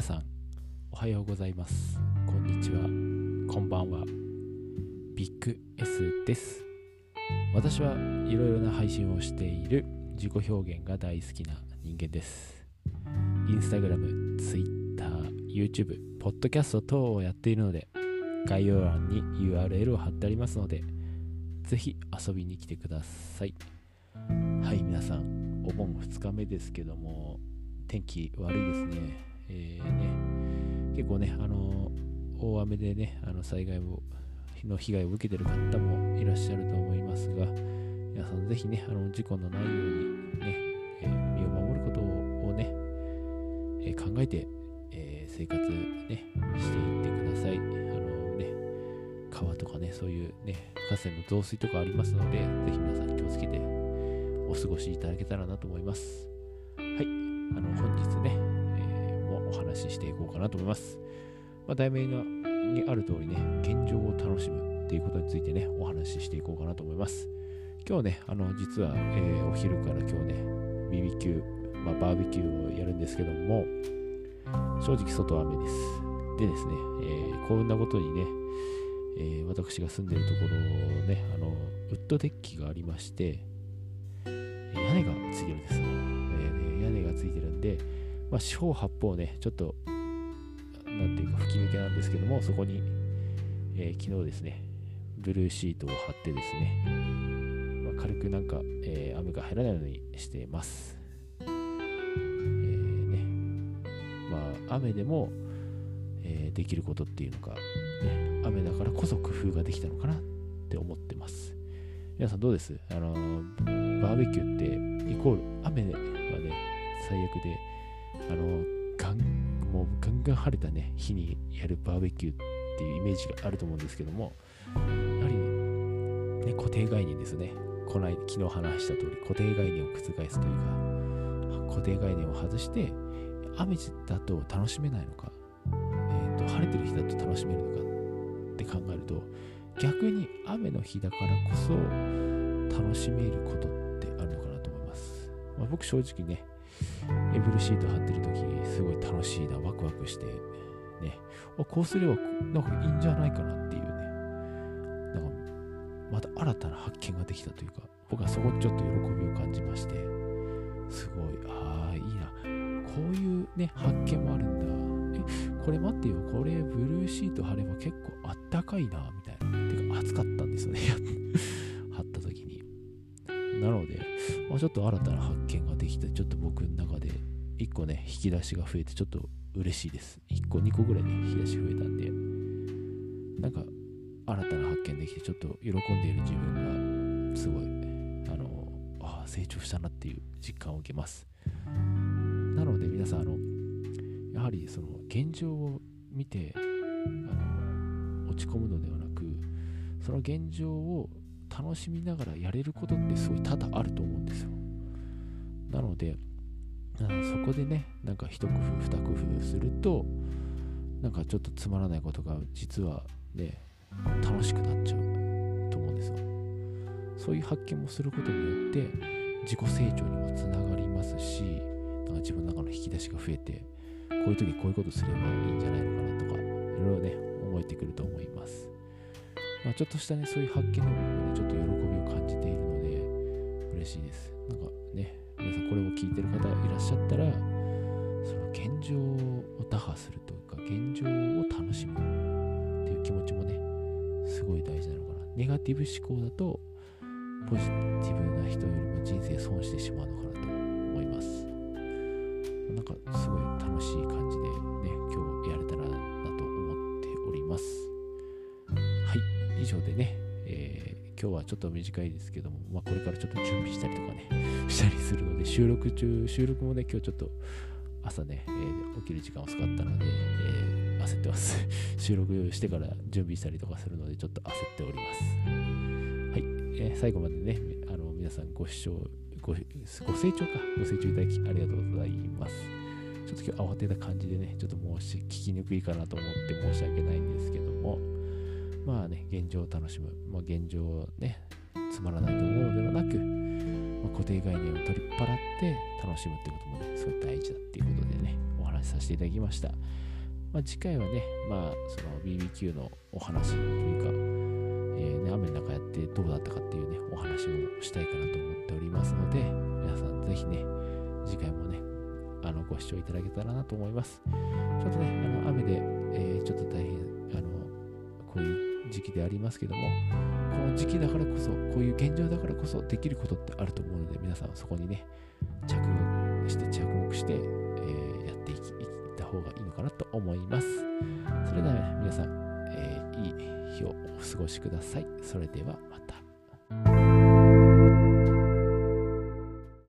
さんおはようございます。こんにちは、こんばんは。ビッグ S です。私はいろいろな配信をしている自己表現が大好きな人間です。インスタグラム、ツイッター、YouTube、ポッドキャスト等をやっているので、概要欄に URL を貼ってありますので、ぜひ遊びに来てください。はい、皆さん、お盆2日目ですけども、天気悪いですね。結構ね、大雨でね、災害の被害を受けている方もいらっしゃると思いますが、皆さんぜひね、事故のないようにね、身を守ることをね、考えて、生活ね、していってください。川とかね、そういうね、河川の増水とかありますので、ぜひ皆さん気をつけてお過ごしいただけたらなと思います。はい、本日ね、もお話ししていこうかなと思います。題名にある通りね、現状を楽しむっていうことについてね、お話ししていこうかなと思います。今日ね、実は、お昼から今日ね、BBQ、バーベキューをやるんですけども、正直外は雨です。でですね、幸運なことにね、私が住んでいるところね、ウッドデッキがありまして、屋根がついてるんです。屋根がついてるんで、四方八方ね、ちょっとなんていうか吹き抜けなんですけども、そこに、昨日ですね、ブルーシートを貼ってですね、軽くなんか、雨が入らないようにしています。雨でも、できることっていうのか、ね、雨だからこそ工夫ができたのかなって思ってます。皆さんどうです？バーベキューってイコール雨はね、最悪で、もうガンガン晴れたね、日にやるバーベキューっていうイメージがあると思うんですけども、やはりね、固定概念ですね。昨日話した通り、固定概念を覆すというか、固定概念を外して、雨だと楽しめないのか、晴れてる日だと楽しめるのかって考えると、逆に雨の日だからこそ楽しめることってあるのかなと思います。僕正直ね、ブルーシート貼ってる時すごい楽しいな、ワクワクしてね、こうすればなんかいいんじゃないかなっていうね、なんかまた新たな発見ができたというか、僕はそこちょっと喜びを感じまして、すごい、いいな、こういうね発見もあるんだ。これ待ってよ、これブルーシート貼れば結構あったかいなみたいな。てか暑かったんですよね貼った時に。なので、ちょっと新たな発見ができて、ちょっと僕の中で1個ね引き出しが増えてちょっと嬉しいです。1個2個ぐらいね引き出し増えたんで、なんか新たな発見できてちょっと喜んでいる自分がすごい成長したなっていう実感を受けます。なので皆さんやはりその現状を見て落ち込むのではなく、その現状を楽しみながらやれることってすごい多々あると思うんですよ。なのでそこでね、なんか一工夫二工夫すると、なんかちょっとつまらないことが実はね楽しくなっちゃうと思うんですよ。そういう発見もすることによって自己成長にもつながりますし、なんか自分の中の引き出しが増えて、こういう時こういうことすればいいんじゃないのかなとか、いろいろね思えてくると思います。ちょっとしたね、そういう発見の部分でちょっと喜びを感じているので嬉しいです。なんかね、皆さんこれを聞いてる方いらっしゃったら、その現状を打破するというか、現状を楽しむっていう気持ちもねすごい大事なのかな。ネガティブ思考だとポジティブな人よりも人生損してしまうのかなと思います。なんかすごい楽しい感じでね、今日やれたらなと思っております。はい、以上でね、今日はちょっと短いですけども、これからちょっと準備したりとかねしたりするので、収録もね今日ちょっと朝ね、起きる時間遅かったので、焦ってます収録してから準備したりとかするのでちょっと焦っております。はい、最後までね皆さんご成長いただきありがとうございます。ちょっと今日慌てた感じでね、ちょっと聞きにくいかなと思って申し訳ないんですけども、現状を楽しむ、現状をねつまらないと思うのではなく、固定概念を取り払って楽しむってこともねすごい大事だっていうことでねお話話しさせていただきました。次回はね、その BBQ のお話というか、雨の中やってどうだったかっていうね、お話もしたいかなと思っておりますので、皆さんぜひね、次回もね、ご視聴いただけたらなと思います。ちょっとね、雨で、ちょっと大変、こういう時期でありますけども、この時期だからこそ、こういう現状だからこそできることってあると思うので、皆さんはそこにね、着目して、やっていった方がいいのかなと思います。それでは、ね、皆さん、いい日をお過ごしください。それではまた。